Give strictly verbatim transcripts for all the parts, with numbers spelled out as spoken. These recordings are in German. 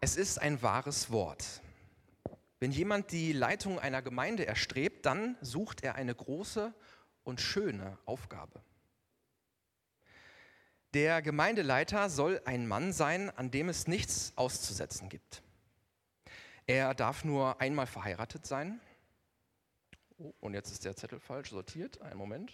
Es ist ein wahres Wort. Wenn jemand die Leitung einer Gemeinde erstrebt, dann sucht er eine große und schöne Aufgabe. Der Gemeindeleiter soll ein Mann sein, an dem es nichts auszusetzen gibt. Er darf nur einmal verheiratet sein. Oh, und jetzt ist der Zettel falsch sortiert. Einen Moment.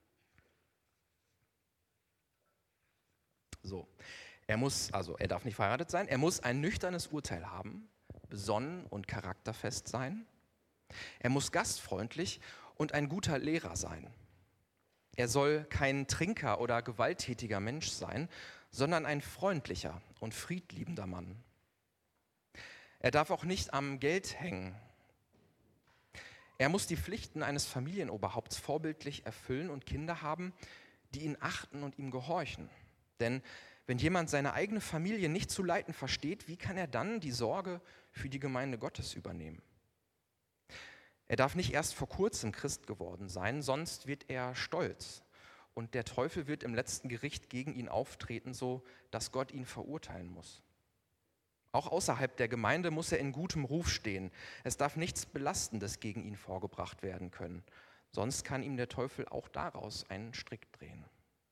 So, er muss, also er darf nicht verheiratet sein. Er muss ein nüchternes Urteil haben, besonnen und charakterfest sein. Er muss gastfreundlich und ein guter Lehrer sein. Er soll kein Trinker oder gewalttätiger Mensch sein, sondern ein freundlicher und friedliebender Mann. Er darf auch nicht am Geld hängen. Er muss die Pflichten eines Familienoberhaupts vorbildlich erfüllen und Kinder haben, die ihn achten und ihm gehorchen. Denn wenn jemand seine eigene Familie nicht zu leiten versteht, wie kann er dann die Sorge für die Gemeinde Gottes übernehmen? Er darf nicht erst vor kurzem Christ geworden sein, sonst wird er stolz. Und der Teufel wird im letzten Gericht gegen ihn auftreten, so dass Gott ihn verurteilen muss. Auch außerhalb der Gemeinde muss er in gutem Ruf stehen. Es darf nichts Belastendes gegen ihn vorgebracht werden können. Sonst kann ihm der Teufel auch daraus einen Strick drehen.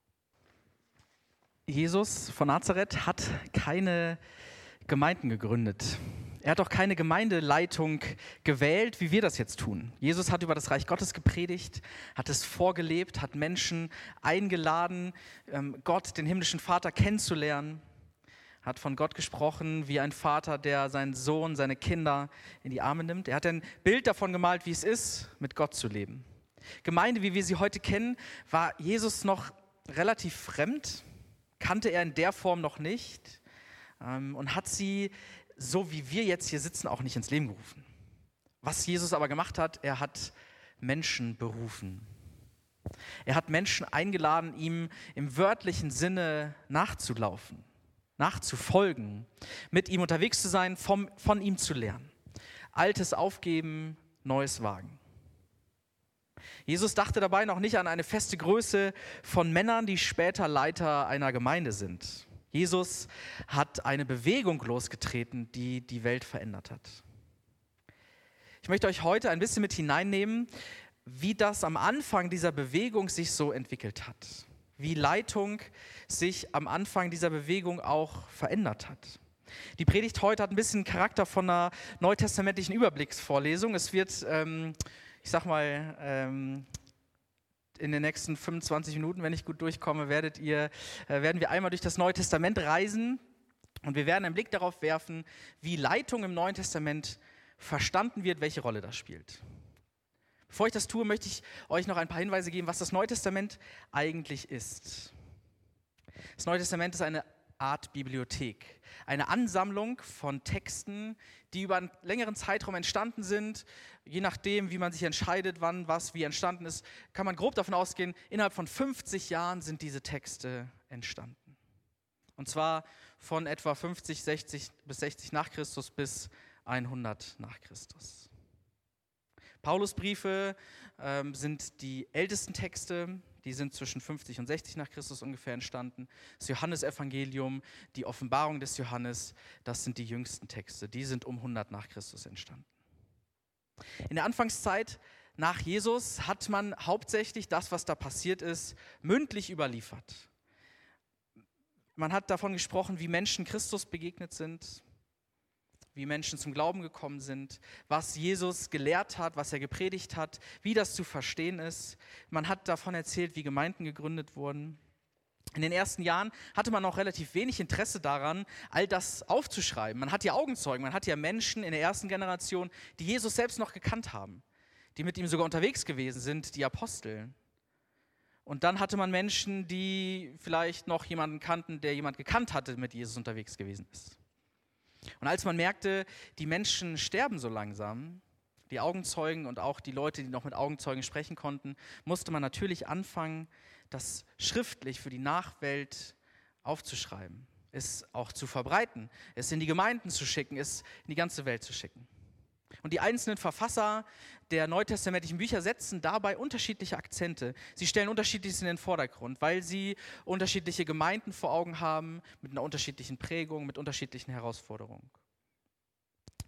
Jesus von Nazareth hat keine Gemeinden gegründet. Er hat auch keine Gemeindeleitung gewählt, wie wir das jetzt tun. Jesus hat über das Reich Gottes gepredigt, hat es vorgelebt, hat Menschen eingeladen, Gott, den himmlischen Vater, kennenzulernen, hat von Gott gesprochen wie ein Vater, der seinen Sohn, seine Kinder in die Arme nimmt. Er hat ein Bild davon gemalt, wie es ist, mit Gott zu leben. Gemeinde, wie wir sie heute kennen, war Jesus noch relativ fremd, kannte er in der Form noch nicht und hat sie, so wie wir jetzt hier sitzen, auch nicht ins Leben gerufen. Was Jesus aber gemacht hat, er hat Menschen berufen. Er hat Menschen eingeladen, ihm im wörtlichen Sinne nachzulaufen, nachzufolgen, mit ihm unterwegs zu sein, vom, von ihm zu lernen. Altes aufgeben, Neues wagen. Jesus dachte dabei noch nicht an eine feste Größe von Männern, die später Leiter einer Gemeinde sind. Jesus hat eine Bewegung losgetreten, die die Welt verändert hat. Ich möchte euch heute ein bisschen mit hineinnehmen, wie das am Anfang dieser Bewegung sich so entwickelt hat. Wie Leitung sich am Anfang dieser Bewegung auch verändert hat. Die Predigt heute hat ein bisschen Charakter von einer neutestamentlichen Überblicksvorlesung. Es wird, ähm, ich sag mal, ähm, in den nächsten fünfundzwanzig Minuten, wenn ich gut durchkomme, werdet ihr, äh, werden wir einmal durch das Neue Testament reisen und wir werden einen Blick darauf werfen, wie Leitung im Neuen Testament verstanden wird, welche Rolle das spielt. Bevor ich das tue, möchte ich euch noch ein paar Hinweise geben, was das Neue Testament eigentlich ist. Das Neue Testament ist eine Art Bibliothek, eine Ansammlung von Texten, die über einen längeren Zeitraum entstanden sind. Je nachdem, wie man sich entscheidet, wann was wie entstanden ist, kann man grob davon ausgehen, innerhalb von fünfzig Jahren sind diese Texte entstanden. Und zwar von etwa fünfzig, sechzig bis sechzig nach Christus bis hundert nach Christus. Paulusbriefe ähm, sind die ältesten Texte, die sind zwischen fünfzig und sechzig nach Christus ungefähr entstanden. Das Johannesevangelium, die Offenbarung des Johannes, das sind die jüngsten Texte, die sind um hundert nach Christus entstanden. In der Anfangszeit nach Jesus hat man hauptsächlich das, was da passiert ist, mündlich überliefert. Man hat davon gesprochen, wie Menschen Christus begegnet sind, wie Menschen zum Glauben gekommen sind, was Jesus gelehrt hat, was er gepredigt hat, wie das zu verstehen ist. Man hat davon erzählt, wie Gemeinden gegründet wurden. In den ersten Jahren hatte man noch relativ wenig Interesse daran, all das aufzuschreiben. Man hat ja Augenzeugen, man hat ja Menschen in der ersten Generation, die Jesus selbst noch gekannt haben, die mit ihm sogar unterwegs gewesen sind, die Apostel. Und dann hatte man Menschen, die vielleicht noch jemanden kannten, der jemand gekannt hatte, mit Jesus unterwegs gewesen ist. Und als man merkte, die Menschen sterben so langsam, die Augenzeugen und auch die Leute, die noch mit Augenzeugen sprechen konnten, musste man natürlich anfangen, das schriftlich für die Nachwelt aufzuschreiben, es auch zu verbreiten, es in die Gemeinden zu schicken, es in die ganze Welt zu schicken. Und die einzelnen Verfasser der neutestamentlichen Bücher setzen dabei unterschiedliche Akzente. Sie stellen Unterschiedliches in den Vordergrund, weil sie unterschiedliche Gemeinden vor Augen haben, mit einer unterschiedlichen Prägung, mit unterschiedlichen Herausforderungen.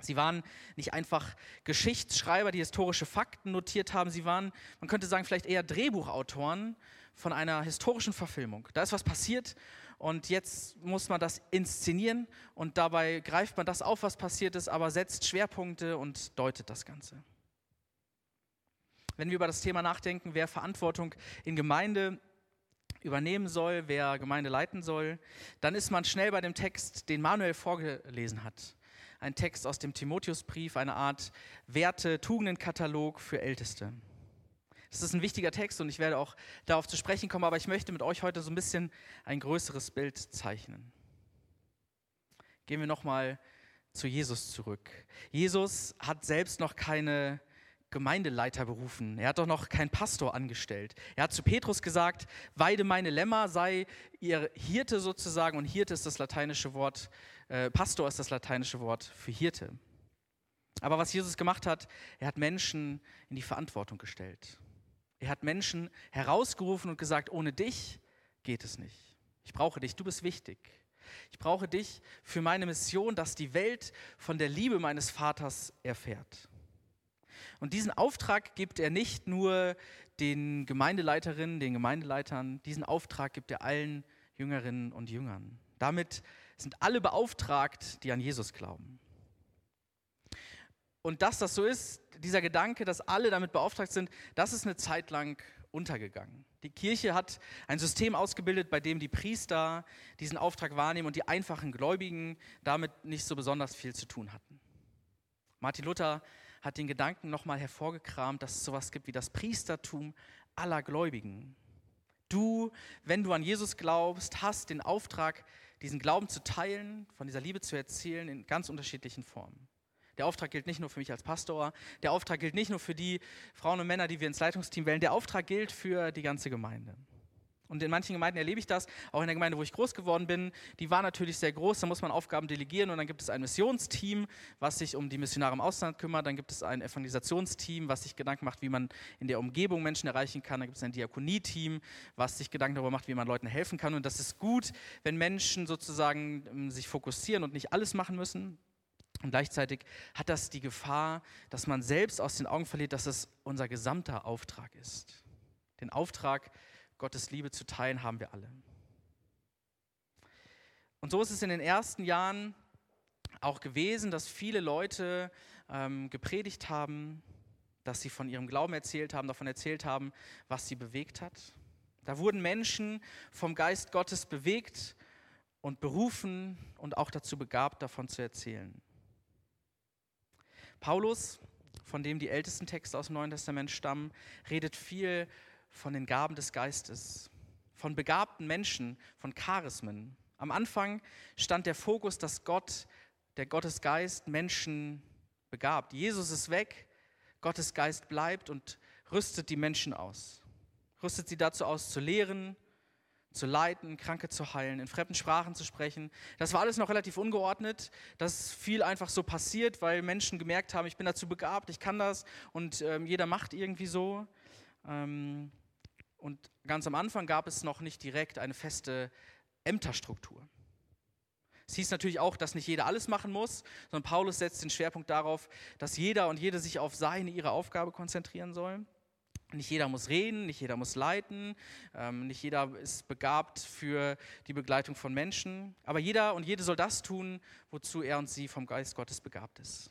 Sie waren nicht einfach Geschichtsschreiber, die historische Fakten notiert haben. Sie waren, man könnte sagen, vielleicht eher Drehbuchautoren von einer historischen Verfilmung. Da ist was passiert und jetzt muss man das inszenieren und dabei greift man das auf, was passiert ist, aber setzt Schwerpunkte und deutet das Ganze. Wenn wir über das Thema nachdenken, wer Verantwortung in Gemeinde übernehmen soll, wer Gemeinde leiten soll, dann ist man schnell bei dem Text, den Manuel vorgelesen hat. Ein Text aus dem Timotheusbrief, eine Art Werte-Tugendenkatalog für Älteste. Das ist ein wichtiger Text und ich werde auch darauf zu sprechen kommen, aber ich möchte mit euch heute so ein bisschen ein größeres Bild zeichnen. Gehen wir nochmal zu Jesus zurück. Jesus hat selbst noch keine Gemeindeleiter berufen. Er hat doch noch keinen Pastor angestellt. Er hat zu Petrus gesagt, weide meine Lämmer, sei ihr Hirte sozusagen. Und Hirte ist das lateinische Wort, äh, Pastor ist das lateinische Wort für Hirte. Aber was Jesus gemacht hat, er hat Menschen in die Verantwortung gestellt. Er hat Menschen herausgerufen und gesagt, ohne dich geht es nicht. Ich brauche dich, du bist wichtig. Ich brauche dich für meine Mission, dass die Welt von der Liebe meines Vaters erfährt. Und diesen Auftrag gibt er nicht nur den Gemeindeleiterinnen, den Gemeindeleitern, diesen Auftrag gibt er allen Jüngerinnen und Jüngern. Damit sind alle beauftragt, die an Jesus glauben. Und dass das so ist, dieser Gedanke, dass alle damit beauftragt sind, das ist eine Zeit lang untergegangen. Die Kirche hat ein System ausgebildet, bei dem die Priester diesen Auftrag wahrnehmen und die einfachen Gläubigen damit nicht so besonders viel zu tun hatten. Martin Luther hat den Gedanken nochmal hervorgekramt, dass es sowas gibt wie das Priestertum aller Gläubigen. Du, wenn du an Jesus glaubst, hast den Auftrag, diesen Glauben zu teilen, von dieser Liebe zu erzählen in ganz unterschiedlichen Formen. Der Auftrag gilt nicht nur für mich als Pastor, der Auftrag gilt nicht nur für die Frauen und Männer, die wir ins Leitungsteam wählen, der Auftrag gilt für die ganze Gemeinde. Und in manchen Gemeinden erlebe ich das, auch in der Gemeinde, wo ich groß geworden bin, die war natürlich sehr groß, da muss man Aufgaben delegieren und dann gibt es ein Missionsteam, was sich um die Missionare im Ausland kümmert, dann gibt es ein Evangelisationsteam, was sich Gedanken macht, wie man in der Umgebung Menschen erreichen kann, dann gibt es ein Diakonie-Team, was sich Gedanken darüber macht, wie man Leuten helfen kann und das ist gut, wenn Menschen sozusagen sich fokussieren und nicht alles machen müssen. Und gleichzeitig hat das die Gefahr, dass man selbst aus den Augen verliert, dass es unser gesamter Auftrag ist. Den Auftrag, Gottes Liebe zu teilen, haben wir alle. Und so ist es in den ersten Jahren auch gewesen, dass viele Leute ähm, gepredigt haben, dass sie von ihrem Glauben erzählt haben, davon erzählt haben, was sie bewegt hat. Da wurden Menschen vom Geist Gottes bewegt und berufen und auch dazu begabt, davon zu erzählen. Paulus, von dem die ältesten Texte aus dem Neuen Testament stammen, redet viel von den Gaben des Geistes, von begabten Menschen, von Charismen. Am Anfang stand der Fokus, dass Gott, der Gottesgeist, Menschen begabt. Jesus ist weg, Gottes Geist bleibt und rüstet die Menschen aus. Rüstet sie dazu aus, zu lehren, zu leiten, Kranke zu heilen, in fremden Sprachen zu sprechen. Das war alles noch relativ ungeordnet. Das ist viel einfach so passiert, weil Menschen gemerkt haben, ich bin dazu begabt, ich kann das und ähm, jeder macht irgendwie so. Ähm, Und ganz am Anfang gab es noch nicht direkt eine feste Ämterstruktur. Es hieß natürlich auch, dass nicht jeder alles machen muss, sondern Paulus setzt den Schwerpunkt darauf, dass jeder und jede sich auf seine, ihre Aufgabe konzentrieren soll. Nicht jeder muss reden, nicht jeder muss leiten, ähm, nicht jeder ist begabt für die Begleitung von Menschen, aber jeder und jede soll das tun, wozu er und sie vom Geist Gottes begabt ist.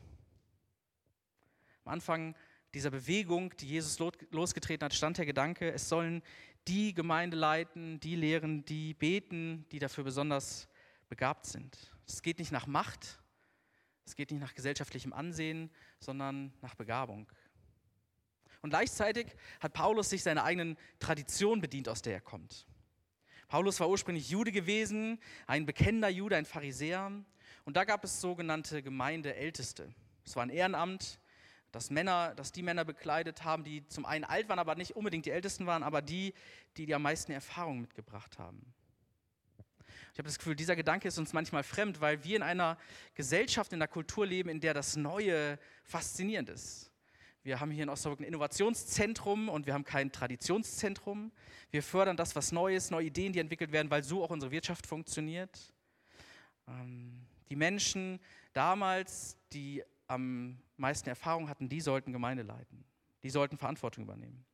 Am Anfang dieser Bewegung, die Jesus losgetreten hat, stand der Gedanke, es sollen die Gemeinde leiten, die lehren, die beten, die dafür besonders begabt sind. Es geht nicht nach Macht, es geht nicht nach gesellschaftlichem Ansehen, sondern nach Begabung. Und gleichzeitig hat Paulus sich seiner eigenen Tradition bedient, aus der er kommt. Paulus war ursprünglich Jude gewesen, ein bekennender Jude, ein Pharisäer. Und da gab es sogenannte Gemeindeälteste. Es war ein Ehrenamt, das Männer, das die Männer bekleidet haben, die zum einen alt waren, aber nicht unbedingt die Ältesten waren, aber die, die die am meisten Erfahrung mitgebracht haben. Ich habe das Gefühl, dieser Gedanke ist uns manchmal fremd, weil wir in einer Gesellschaft, in einer Kultur leben, in der das Neue faszinierend ist. Wir haben hier in Osnabrück ein Innovationszentrum und wir haben kein Traditionszentrum. Wir fördern das, was neu ist, neue Ideen, die entwickelt werden, weil so auch unsere Wirtschaft funktioniert. Ähm, die Menschen damals, die am meisten Erfahrung hatten, die sollten Gemeinde leiten. Die sollten Verantwortung übernehmen.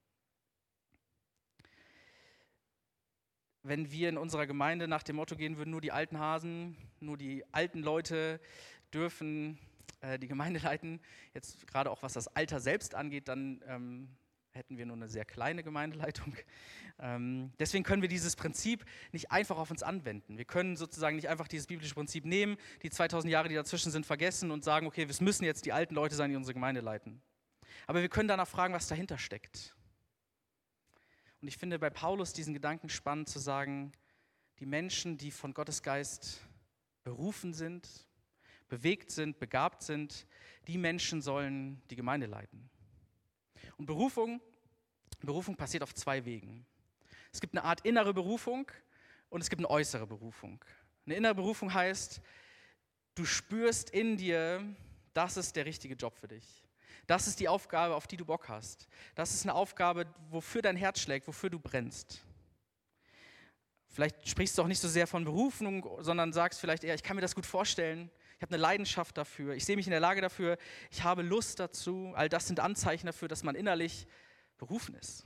Wenn wir in unserer Gemeinde nach dem Motto gehen würden, nur die alten Hasen, nur die alten Leute dürfen äh, die Gemeinde leiten, jetzt gerade auch was das Alter selbst angeht, dann ähm, hätten wir nur eine sehr kleine Gemeindeleitung. Ähm, deswegen können wir dieses Prinzip nicht einfach auf uns anwenden. Wir können sozusagen nicht einfach dieses biblische Prinzip nehmen, die zweitausend Jahre, die dazwischen sind, vergessen und sagen, okay, es müssen jetzt die alten Leute sein, die unsere Gemeinde leiten. Aber wir können danach fragen, was dahinter steckt. Und ich finde bei Paulus diesen Gedanken spannend zu sagen, die Menschen, die von Gottes Geist berufen sind, bewegt sind, begabt sind, die Menschen sollen die Gemeinde leiten. Und Berufung, Berufung passiert auf zwei Wegen. Es gibt eine Art innere Berufung und es gibt eine äußere Berufung. Eine innere Berufung heißt, du spürst in dir, das ist der richtige Job für dich. Das ist die Aufgabe, auf die du Bock hast. Das ist eine Aufgabe, wofür dein Herz schlägt, wofür du brennst. Vielleicht sprichst du auch nicht so sehr von Berufung, sondern sagst vielleicht eher, ich kann mir das gut vorstellen. Ich habe eine Leidenschaft dafür. Ich sehe mich in der Lage dafür. Ich habe Lust dazu. All das sind Anzeichen dafür, dass man innerlich berufen ist.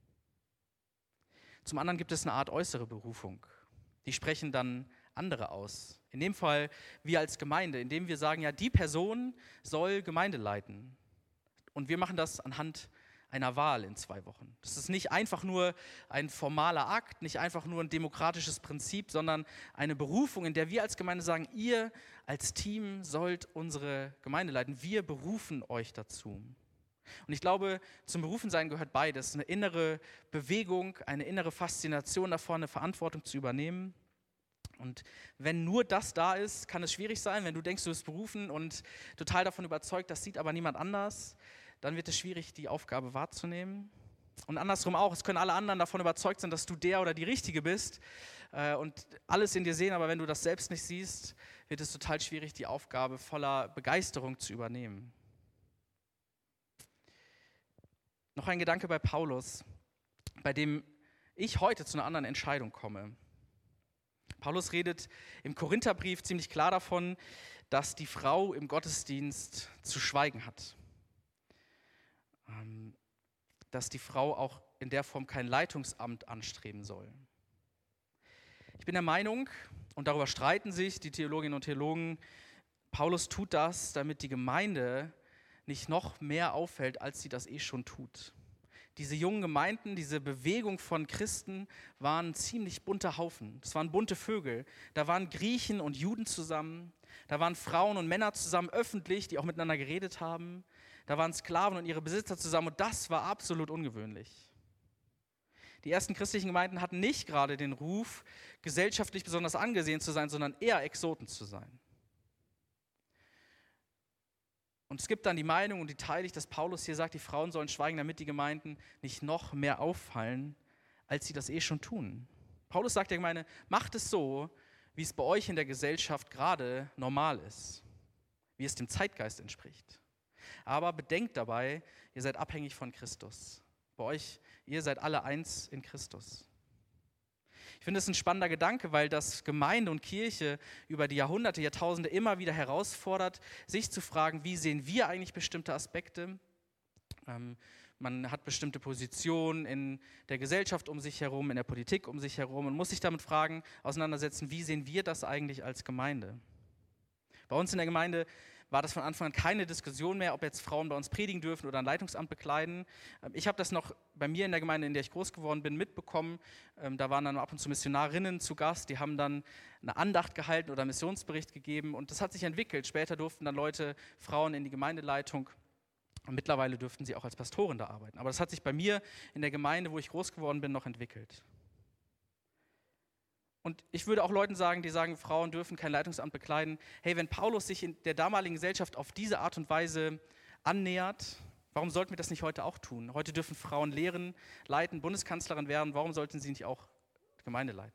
Zum anderen gibt es eine Art äußere Berufung. Die sprechen dann andere aus. In dem Fall wir als Gemeinde, indem wir sagen, ja, die Person soll Gemeinde leiten. Und wir machen das anhand einer Wahl in zwei Wochen. Das ist nicht einfach nur ein formaler Akt, nicht einfach nur ein demokratisches Prinzip, sondern eine Berufung, in der wir als Gemeinde sagen, ihr als Team sollt unsere Gemeinde leiten. Wir berufen euch dazu. Und ich glaube, zum Berufensein gehört beides. Eine innere Bewegung, eine innere Faszination davor, eine Verantwortung zu übernehmen. Und wenn nur das da ist, kann es schwierig sein. Wenn du denkst, du bist berufen und total davon überzeugt, das sieht aber niemand anders, dann wird es schwierig, die Aufgabe wahrzunehmen. Und andersrum auch, es können alle anderen davon überzeugt sein, dass du der oder die Richtige bist äh, und alles in dir sehen, aber wenn du das selbst nicht siehst, wird es total schwierig, die Aufgabe voller Begeisterung zu übernehmen. Noch ein Gedanke bei Paulus, bei dem ich heute zu einer anderen Entscheidung komme. Paulus redet im Korintherbrief ziemlich klar davon, dass die Frau im Gottesdienst zu schweigen hat. Dass die Frau auch in der Form kein Leitungsamt anstreben soll. Ich bin der Meinung, und darüber streiten sich die Theologinnen und Theologen, Paulus tut das, damit die Gemeinde nicht noch mehr auffällt, als sie das eh schon tut. Diese jungen Gemeinden, diese Bewegung von Christen waren ein ziemlich bunter Haufen. Das waren bunte Vögel. Da waren Griechen und Juden zusammen. Da waren Frauen und Männer zusammen öffentlich, die auch miteinander geredet haben. Da waren Sklaven und ihre Besitzer zusammen und das war absolut ungewöhnlich. Die ersten christlichen Gemeinden hatten nicht gerade den Ruf, gesellschaftlich besonders angesehen zu sein, sondern eher Exoten zu sein. Und es gibt dann die Meinung, und die teile ich, dass Paulus hier sagt, die Frauen sollen schweigen, damit die Gemeinden nicht noch mehr auffallen, als sie das eh schon tun. Paulus sagt der Gemeinde, macht es so, wie es bei euch in der Gesellschaft gerade normal ist, wie es dem Zeitgeist entspricht. Aber bedenkt dabei, ihr seid abhängig von Christus. Bei euch, ihr seid alle eins in Christus. Ich finde es ein spannender Gedanke, weil das Gemeinde und Kirche über die Jahrhunderte, Jahrtausende immer wieder herausfordert, sich zu fragen, wie sehen wir eigentlich bestimmte Aspekte? Ähm, man hat bestimmte Positionen in der Gesellschaft um sich herum, in der Politik um sich herum und muss sich damit fragen, auseinandersetzen, wie sehen wir das eigentlich als Gemeinde? Bei uns in der Gemeinde war das von Anfang an keine Diskussion mehr, ob jetzt Frauen bei uns predigen dürfen oder ein Leitungsamt bekleiden. Ich habe das noch bei mir in der Gemeinde, in der ich groß geworden bin, mitbekommen. Da waren dann ab und zu Missionarinnen zu Gast, die haben dann eine Andacht gehalten oder einen Missionsbericht gegeben und das hat sich entwickelt. Später durften dann Leute, Frauen in die Gemeindeleitung und mittlerweile dürften sie auch als Pastoren da arbeiten. Aber das hat sich bei mir in der Gemeinde, wo ich groß geworden bin, noch entwickelt. Und ich würde auch Leuten sagen, die sagen, Frauen dürfen kein Leitungsamt bekleiden, hey, wenn Paulus sich in der damaligen Gesellschaft auf diese Art und Weise annähert, warum sollten wir das nicht heute auch tun? Heute dürfen Frauen lehren, leiten, Bundeskanzlerin werden, warum sollten sie nicht auch Gemeinde leiten?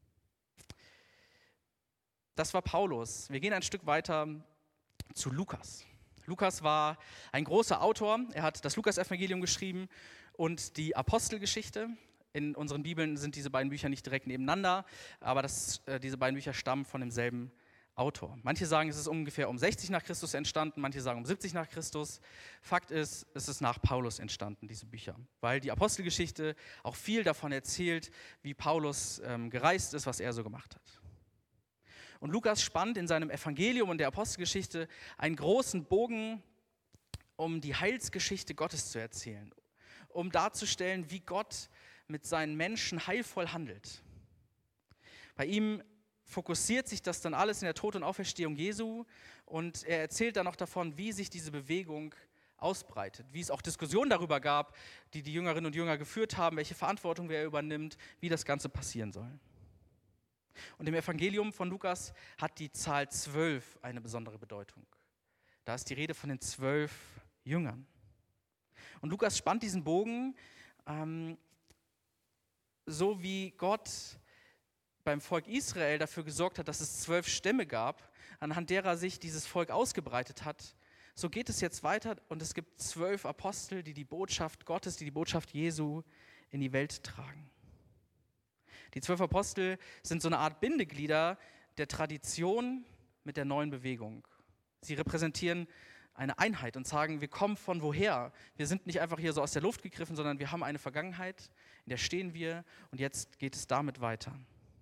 Das war Paulus. Wir gehen ein Stück weiter zu Lukas. Lukas war ein großer Autor, er hat das Lukas-Evangelium geschrieben und die Apostelgeschichte. In unseren Bibeln sind diese beiden Bücher nicht direkt nebeneinander, aber das, äh, diese beiden Bücher stammen von demselben Autor. Manche sagen, es ist ungefähr um sechzig nach Christus entstanden, manche sagen um siebzig nach Christus. Fakt ist, es ist nach Paulus entstanden, diese Bücher, weil die Apostelgeschichte auch viel davon erzählt, wie Paulus ähm, gereist ist, was er so gemacht hat. Und Lukas spannt in seinem Evangelium und der Apostelgeschichte einen großen Bogen, um die Heilsgeschichte Gottes zu erzählen, um darzustellen, wie Gott mit seinen Menschen heilvoll handelt. Bei ihm fokussiert sich das dann alles in der Tod und Auferstehung Jesu und er erzählt dann noch davon, wie sich diese Bewegung ausbreitet, wie es auch Diskussionen darüber gab, die die Jüngerinnen und Jünger geführt haben, welche Verantwortung wer übernimmt, wie das Ganze passieren soll. Und im Evangelium von Lukas hat die Zahl zwölf eine besondere Bedeutung. Da ist die Rede von den zwölf Jüngern. Und Lukas spannt diesen Bogen, ähm, so wie Gott beim Volk Israel dafür gesorgt hat, dass es zwölf Stämme gab, anhand derer sich dieses Volk ausgebreitet hat. So geht es jetzt weiter und es gibt zwölf Apostel, die die Botschaft Gottes, die die Botschaft Jesu in die Welt tragen. Die zwölf Apostel sind so eine Art Bindeglieder der Tradition mit der neuen Bewegung. Sie repräsentieren eine Einheit und sagen, wir kommen von woher? Wir sind nicht einfach hier so aus der Luft gegriffen, sondern wir haben eine Vergangenheit, in der stehen wir und jetzt geht es damit weiter.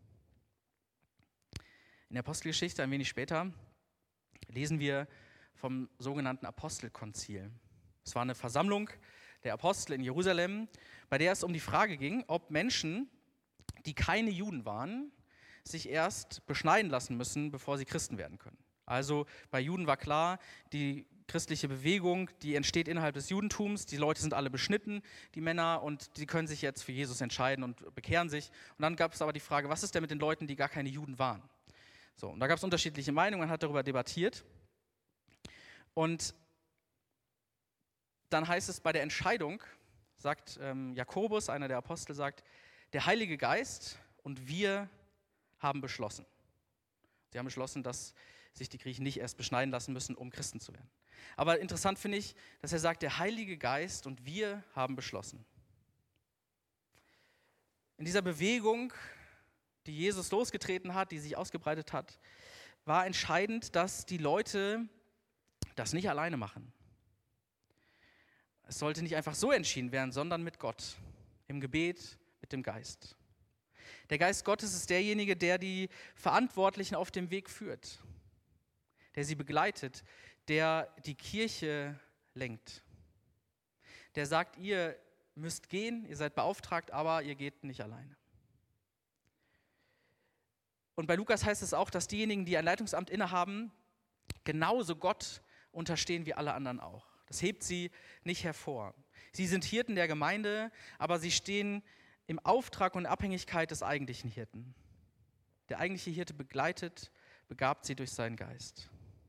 In der Apostelgeschichte, ein wenig später, lesen wir vom sogenannten Apostelkonzil. Es war eine Versammlung der Apostel in Jerusalem, bei der es um die Frage ging, ob Menschen, die keine Juden waren, sich erst beschneiden lassen müssen, bevor sie Christen werden können. Also bei Juden war klar, die christliche Bewegung, die entsteht innerhalb des Judentums, die Leute sind alle beschnitten, die Männer, und die können sich jetzt für Jesus entscheiden und bekehren sich. Und dann gab es aber die Frage, was ist denn mit den Leuten, die gar keine Juden waren? So, und da gab es unterschiedliche Meinungen, man hat darüber debattiert. Und dann heißt es bei der Entscheidung, sagt ähm, Jakobus, einer der Apostel, sagt, der Heilige Geist und wir haben beschlossen. Sie haben beschlossen, dass sich die Griechen nicht erst beschneiden lassen müssen, um Christen zu werden. Aber interessant finde ich, dass er sagt, der Heilige Geist und wir haben beschlossen. In dieser Bewegung, die Jesus losgetreten hat, die sich ausgebreitet hat, war entscheidend, dass die Leute das nicht alleine machen. Es sollte nicht einfach so entschieden werden, sondern mit Gott, im Gebet, mit dem Geist. Der Geist Gottes ist derjenige, der die Verantwortlichen auf dem Weg führt, der sie begleitet, der die Kirche lenkt. Der sagt, ihr müsst gehen, ihr seid beauftragt, aber ihr geht nicht alleine. Und bei Lukas heißt es auch, dass diejenigen, die ein Leitungsamt innehaben, genauso Gott unterstehen wie alle anderen auch. Das hebt sie nicht hervor. Sie sind Hirten der Gemeinde, aber sie stehen im Auftrag und Abhängigkeit des eigentlichen Hirten. Der eigentliche Hirte begleitet, begabt sie durch seinen Geist.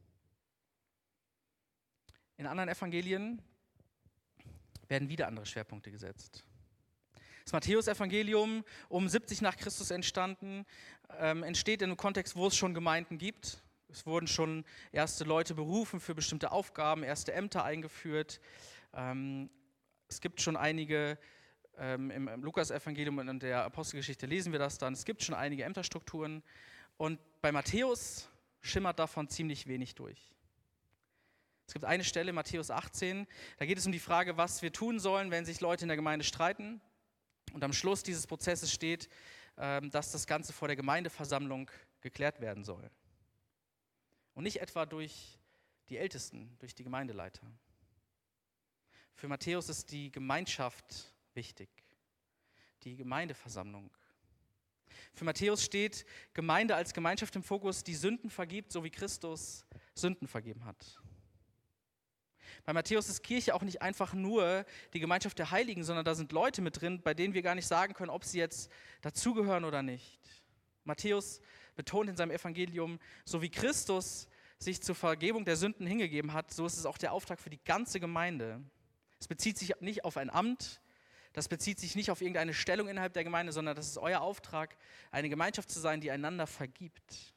In anderen Evangelien werden wieder andere Schwerpunkte gesetzt. Das Matthäus-Evangelium, um siebzig nach Christus entstanden, ähm, entsteht in einem Kontext, wo es schon Gemeinden gibt. Es wurden schon erste Leute berufen für bestimmte Aufgaben, erste Ämter eingeführt. Ähm, es gibt schon einige, ähm, im, im Lukas-Evangelium und in der Apostelgeschichte lesen wir das dann, es gibt schon einige Ämterstrukturen. Und bei Matthäus schimmert davon ziemlich wenig durch. Es gibt eine Stelle, Matthäus achtzehn, da geht es um die Frage, was wir tun sollen, wenn sich Leute in der Gemeinde streiten. Und am Schluss dieses Prozesses steht, dass das Ganze vor der Gemeindeversammlung geklärt werden soll. Und nicht etwa durch die Ältesten, durch die Gemeindeleiter. Für Matthäus ist die Gemeinschaft wichtig, die Gemeindeversammlung. Für Matthäus steht Gemeinde als Gemeinschaft im Fokus, die Sünden vergibt, so wie Christus Sünden vergeben hat. Bei Matthäus ist Kirche auch nicht einfach nur die Gemeinschaft der Heiligen, sondern da sind Leute mit drin, bei denen wir gar nicht sagen können, ob sie jetzt dazugehören oder nicht. Matthäus betont in seinem Evangelium, so wie Christus sich zur Vergebung der Sünden hingegeben hat, so ist es auch der Auftrag für die ganze Gemeinde. Es bezieht sich nicht auf ein Amt, das bezieht sich nicht auf irgendeine Stellung innerhalb der Gemeinde, sondern das ist euer Auftrag, eine Gemeinschaft zu sein, die einander vergibt.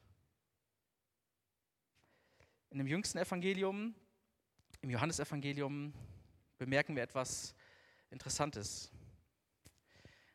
In dem jüngsten Evangelium, im Johannesevangelium, bemerken wir etwas Interessantes.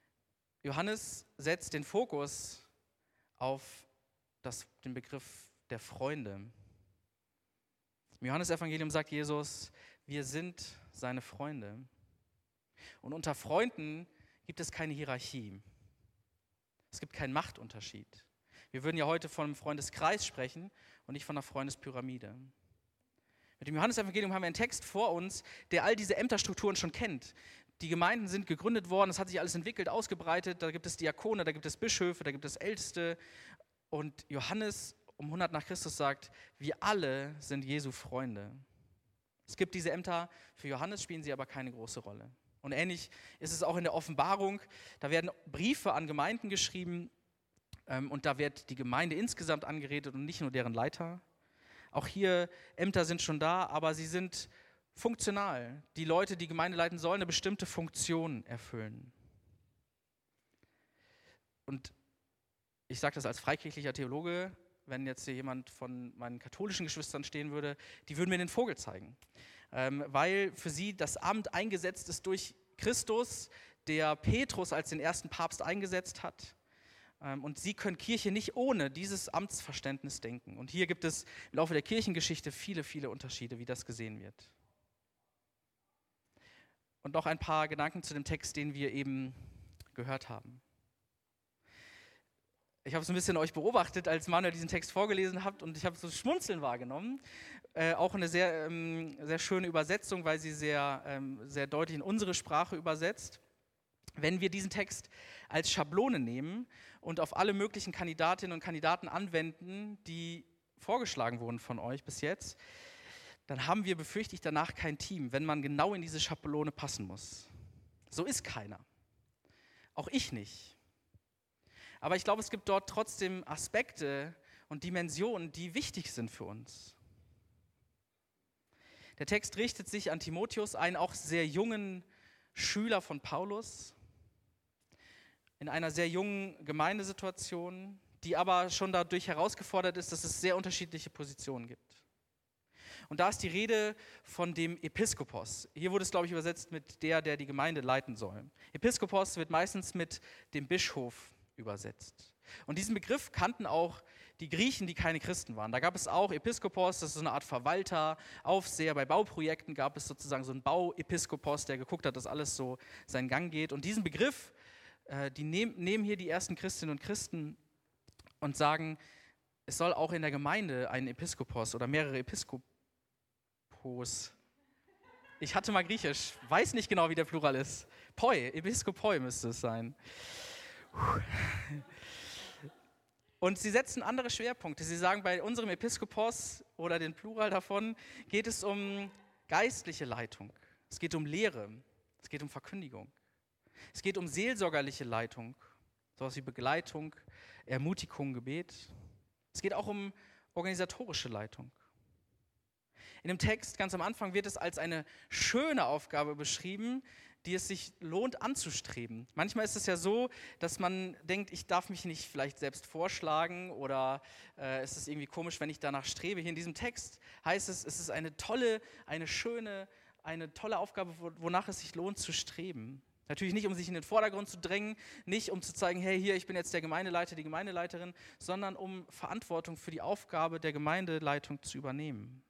Johannes setzt den Fokus auf das, den Begriff der Freunde. Im Johannesevangelium sagt Jesus, wir sind seine Freunde. Und unter Freunden gibt es keine Hierarchie. Es gibt keinen Machtunterschied. Wir würden ja heute von einem Freundeskreis sprechen und nicht von einer Freundespyramide. Mit dem Johannesevangelium haben wir einen Text vor uns, der all diese Ämterstrukturen schon kennt. Die Gemeinden sind gegründet worden, es hat sich alles entwickelt, ausgebreitet. Da gibt es Diakone, da gibt es Bischöfe, da gibt es Älteste. Und Johannes um hundert nach Christus sagt, wir alle sind Jesu Freunde. Es gibt diese Ämter, für Johannes spielen sie aber keine große Rolle. Und ähnlich ist es auch in der Offenbarung. Da werden Briefe an Gemeinden geschrieben ähm, und da wird die Gemeinde insgesamt angeredet und nicht nur deren Leiter. Auch hier, Ämter sind schon da, aber sie sind funktional. Die Leute, die Gemeinde leiten sollen, eine bestimmte Funktion erfüllen. Und ich sage das als freikirchlicher Theologe, wenn jetzt hier jemand von meinen katholischen Geschwistern stehen würde, die würden mir den Vogel zeigen. Ähm, weil für sie das Amt eingesetzt ist durch Christus, der Petrus als den ersten Papst eingesetzt hat. Ähm, und sie können Kirche nicht ohne dieses Amtsverständnis denken. Und hier gibt es im Laufe der Kirchengeschichte viele, viele Unterschiede, wie das gesehen wird. Und noch ein paar Gedanken zu dem Text, den wir eben gehört haben. Ich habe so ein bisschen euch beobachtet, als Manuel diesen Text vorgelesen hat, und ich habe so Schmunzeln wahrgenommen. Äh, auch eine sehr, ähm, sehr schöne Übersetzung, weil sie sehr, ähm, sehr deutlich in unsere Sprache übersetzt. Wenn wir diesen Text als Schablone nehmen und auf alle möglichen Kandidatinnen und Kandidaten anwenden, die vorgeschlagen wurden von euch bis jetzt, dann haben wir, befürchte ich, danach kein Team, wenn man genau in diese Schablone passen muss. So ist keiner. Auch ich nicht. Aber ich glaube, es gibt dort trotzdem Aspekte und Dimensionen, die wichtig sind für uns. Der Text richtet sich an Timotheus, einen auch sehr jungen Schüler von Paulus, in einer sehr jungen Gemeindesituation, die aber schon dadurch herausgefordert ist, dass es sehr unterschiedliche Positionen gibt. Und da ist die Rede von dem Episkopos. Hier wurde es, glaube ich, übersetzt mit der, der die Gemeinde leiten soll. Episkopos wird meistens mit dem Bischof übersetzt. Und diesen Begriff kannten auch die Griechen, die keine Christen waren. Da gab es auch Episkopos, das ist so eine Art Verwalter, Aufseher. Bei Bauprojekten gab es sozusagen so einen Bauepiskopos, der geguckt hat, dass alles so seinen Gang geht. Und diesen Begriff, äh, die nehm, nehmen hier die ersten Christinnen und Christen und sagen, es soll auch in der Gemeinde einen Episkopos oder mehrere Episkopos. Ich hatte mal Griechisch, weiß nicht genau, wie der Plural ist. Poi, Episkopoi müsste es sein. Und sie setzen andere Schwerpunkte. Sie sagen, bei unserem Episkopos oder den Plural davon geht es um geistliche Leitung. Es geht um Lehre. Es geht um Verkündigung. Es geht um seelsorgerliche Leitung, sowas wie Begleitung, Ermutigung, Gebet. Es geht auch um organisatorische Leitung. In dem Text ganz am Anfang wird es als eine schöne Aufgabe beschrieben, die es sich lohnt anzustreben. Manchmal ist es ja so, dass man denkt, ich darf mich nicht vielleicht selbst vorschlagen oder äh, es ist irgendwie komisch, wenn ich danach strebe. Hier in diesem Text heißt es, es ist eine tolle, eine schöne, eine tolle Aufgabe, wonach es sich lohnt zu streben. Natürlich nicht, um sich in den Vordergrund zu drängen, nicht um zu zeigen, hey, hier, ich bin jetzt der Gemeindeleiter, die Gemeindeleiterin, sondern um Verantwortung für die Aufgabe der Gemeindeleitung zu übernehmen.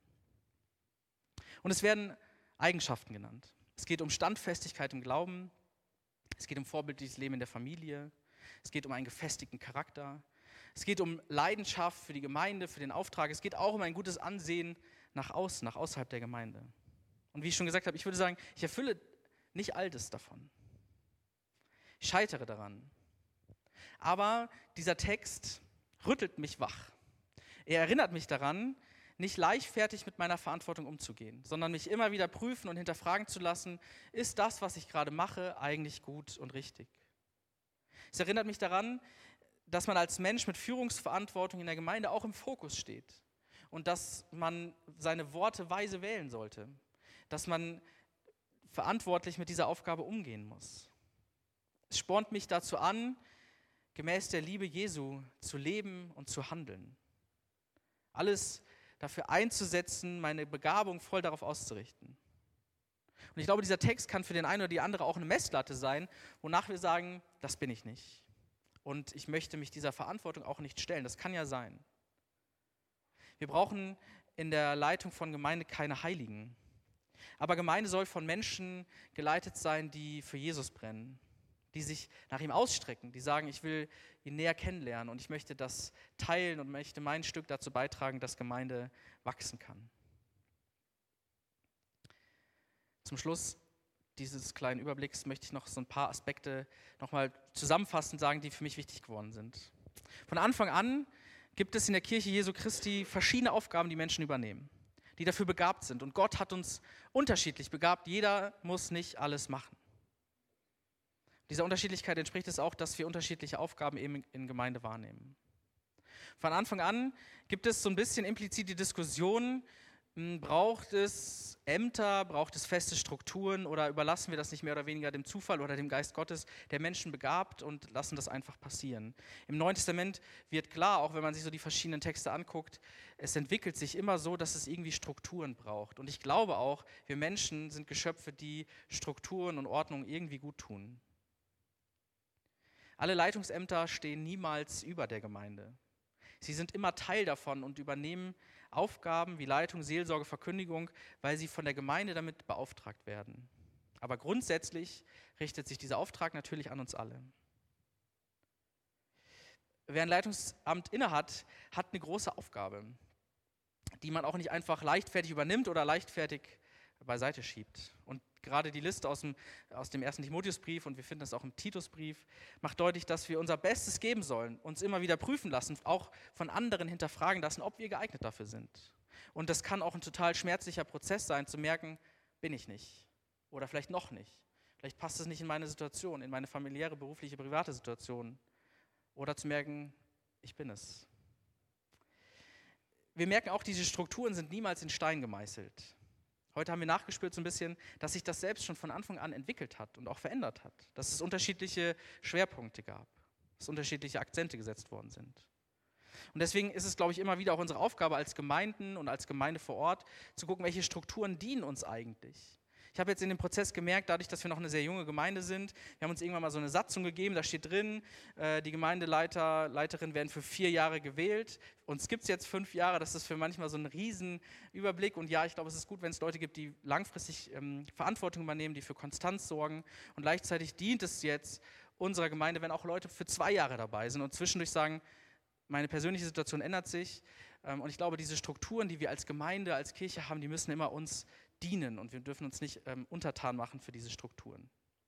Und es werden Eigenschaften genannt. Es geht um Standfestigkeit im Glauben, es geht um vorbildliches Leben in der Familie, es geht um einen gefestigten Charakter, es geht um Leidenschaft für die Gemeinde, für den Auftrag, es geht auch um ein gutes Ansehen nach außen, nach außerhalb der Gemeinde. Und wie ich schon gesagt habe, ich würde sagen, ich erfülle nicht all das davon. Ich scheitere daran. Aber dieser Text rüttelt mich wach. Er erinnert mich daran, nicht leichtfertig mit meiner Verantwortung umzugehen, sondern mich immer wieder prüfen und hinterfragen zu lassen, ist das, was ich gerade mache, eigentlich gut und richtig? Es erinnert mich daran, dass man als Mensch mit Führungsverantwortung in der Gemeinde auch im Fokus steht und dass man seine Worte weise wählen sollte, dass man verantwortlich mit dieser Aufgabe umgehen muss. Es spornt mich dazu an, gemäß der Liebe Jesu zu leben und zu handeln. Alles dafür einzusetzen, meine Begabung voll darauf auszurichten. Und ich glaube, dieser Text kann für den einen oder die andere auch eine Messlatte sein, wonach wir sagen, das bin ich nicht. Und ich möchte mich dieser Verantwortung auch nicht stellen. Das kann ja sein. Wir brauchen in der Leitung von Gemeinde keine Heiligen. Aber Gemeinde soll von Menschen geleitet sein, die für Jesus brennen, die sich nach ihm ausstrecken, die sagen, ich will ihn näher kennenlernen und ich möchte das teilen und möchte mein Stück dazu beitragen, dass Gemeinde wachsen kann. Zum Schluss dieses kleinen Überblicks möchte ich noch so ein paar Aspekte nochmal zusammenfassend sagen, die für mich wichtig geworden sind. Von Anfang an gibt es in der Kirche Jesu Christi verschiedene Aufgaben, die Menschen übernehmen, die dafür begabt sind. Und Gott hat uns unterschiedlich begabt. Jeder muss nicht alles machen. Dieser Unterschiedlichkeit entspricht es auch, dass wir unterschiedliche Aufgaben eben in Gemeinde wahrnehmen. Von Anfang an gibt es so ein bisschen implizit die Diskussion, braucht es Ämter, braucht es feste Strukturen oder überlassen wir das nicht mehr oder weniger dem Zufall oder dem Geist Gottes, der Menschen begabt und lassen das einfach passieren. Im Neuen Testament wird klar, auch wenn man sich so die verschiedenen Texte anguckt, es entwickelt sich immer so, dass es irgendwie Strukturen braucht. Und ich glaube auch, wir Menschen sind Geschöpfe, die Strukturen und Ordnung irgendwie gut tun. Alle Leitungsämter stehen niemals über der Gemeinde. Sie sind immer Teil davon und übernehmen Aufgaben wie Leitung, Seelsorge, Verkündigung, weil sie von der Gemeinde damit beauftragt werden. Aber grundsätzlich richtet sich dieser Auftrag natürlich an uns alle. Wer ein Leitungsamt innehat, hat eine große Aufgabe, die man auch nicht einfach leichtfertig übernimmt oder leichtfertig beiseite schiebt. Und gerade die Liste aus dem, aus dem ersten Timotheusbrief, und wir finden das auch im Titusbrief, macht deutlich, dass wir unser Bestes geben sollen, uns immer wieder prüfen lassen, auch von anderen hinterfragen lassen, ob wir geeignet dafür sind. Und das kann auch ein total schmerzlicher Prozess sein, zu merken, bin ich nicht oder vielleicht noch nicht. Vielleicht passt es nicht in meine Situation, in meine familiäre, berufliche, private Situation. Oder zu merken, ich bin es. Wir merken auch, diese Strukturen sind niemals in Stein gemeißelt. Heute haben wir nachgespürt so ein bisschen, dass sich das selbst schon von Anfang an entwickelt hat und auch verändert hat. Dass es unterschiedliche Schwerpunkte gab, dass unterschiedliche Akzente gesetzt worden sind. Und deswegen ist es, glaube ich, immer wieder auch unsere Aufgabe als Gemeinden und als Gemeinde vor Ort, zu gucken, welche Strukturen dienen uns eigentlich. Ich habe jetzt in dem Prozess gemerkt, dadurch, dass wir noch eine sehr junge Gemeinde sind, wir haben uns irgendwann mal so eine Satzung gegeben, da steht drin, äh, die Gemeindeleiter, Leiterinnen werden für vier Jahre gewählt. Uns gibt es jetzt fünf Jahre, das ist für manchmal so ein Riesenüberblick. Und ja, ich glaube, es ist gut, wenn es Leute gibt, die langfristig ähm, Verantwortung übernehmen, die für Konstanz sorgen. Und gleichzeitig dient es jetzt unserer Gemeinde, wenn auch Leute für zwei Jahre dabei sind und zwischendurch sagen, meine persönliche Situation ändert sich. Ähm, und ich glaube, diese Strukturen, die wir als Gemeinde, als Kirche haben, die müssen immer uns dienen und wir dürfen uns nicht ähm, untertan machen für diese Strukturen.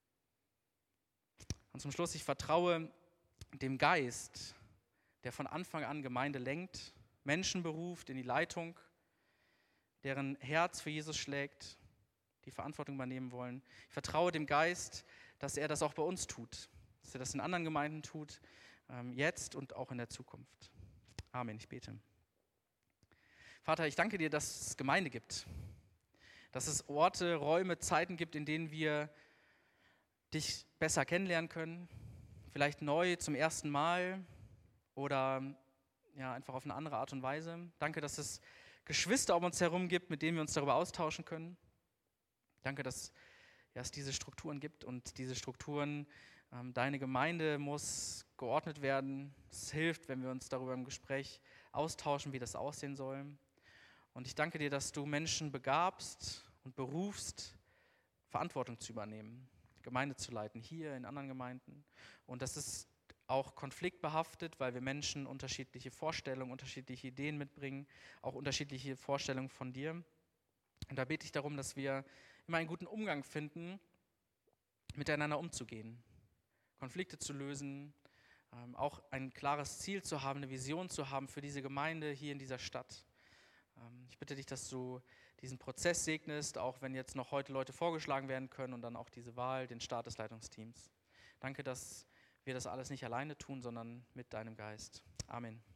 Und zum Schluss, ich vertraue dem Geist, der von Anfang an Gemeinde lenkt, Menschen beruft in die Leitung, deren Herz für Jesus schlägt, die Verantwortung übernehmen wollen. Ich vertraue dem Geist, dass er das auch bei uns tut, dass er das in anderen Gemeinden tut, ähm, jetzt und auch in der Zukunft. Amen, ich bete. Vater, ich danke dir, dass es Gemeinde gibt. Dass es Orte, Räume, Zeiten gibt, in denen wir dich besser kennenlernen können, vielleicht neu zum ersten Mal oder ja, einfach auf eine andere Art und Weise. Danke, dass es Geschwister um uns herum gibt, mit denen wir uns darüber austauschen können. Danke, dass ja, es diese Strukturen gibt und diese Strukturen, ähm, deine Gemeinde muss geordnet werden. Es hilft, wenn wir uns darüber im Gespräch austauschen, wie das aussehen soll. Und ich danke dir, dass du Menschen begabst und berufst, Verantwortung zu übernehmen, Gemeinde zu leiten, hier in anderen Gemeinden. Und das ist auch konfliktbehaftet, weil wir Menschen unterschiedliche Vorstellungen, unterschiedliche Ideen mitbringen, auch unterschiedliche Vorstellungen von dir. Und da bete ich darum, dass wir immer einen guten Umgang finden, miteinander umzugehen, Konflikte zu lösen, ähm, auch ein klares Ziel zu haben, eine Vision zu haben für diese Gemeinde hier in dieser Stadt. Ich bitte dich, dass du diesen Prozess segnest, auch wenn jetzt noch heute Leute vorgeschlagen werden können und dann auch diese Wahl, den Start des Leitungsteams. Danke, dass wir das alles nicht alleine tun, sondern mit deinem Geist. Amen.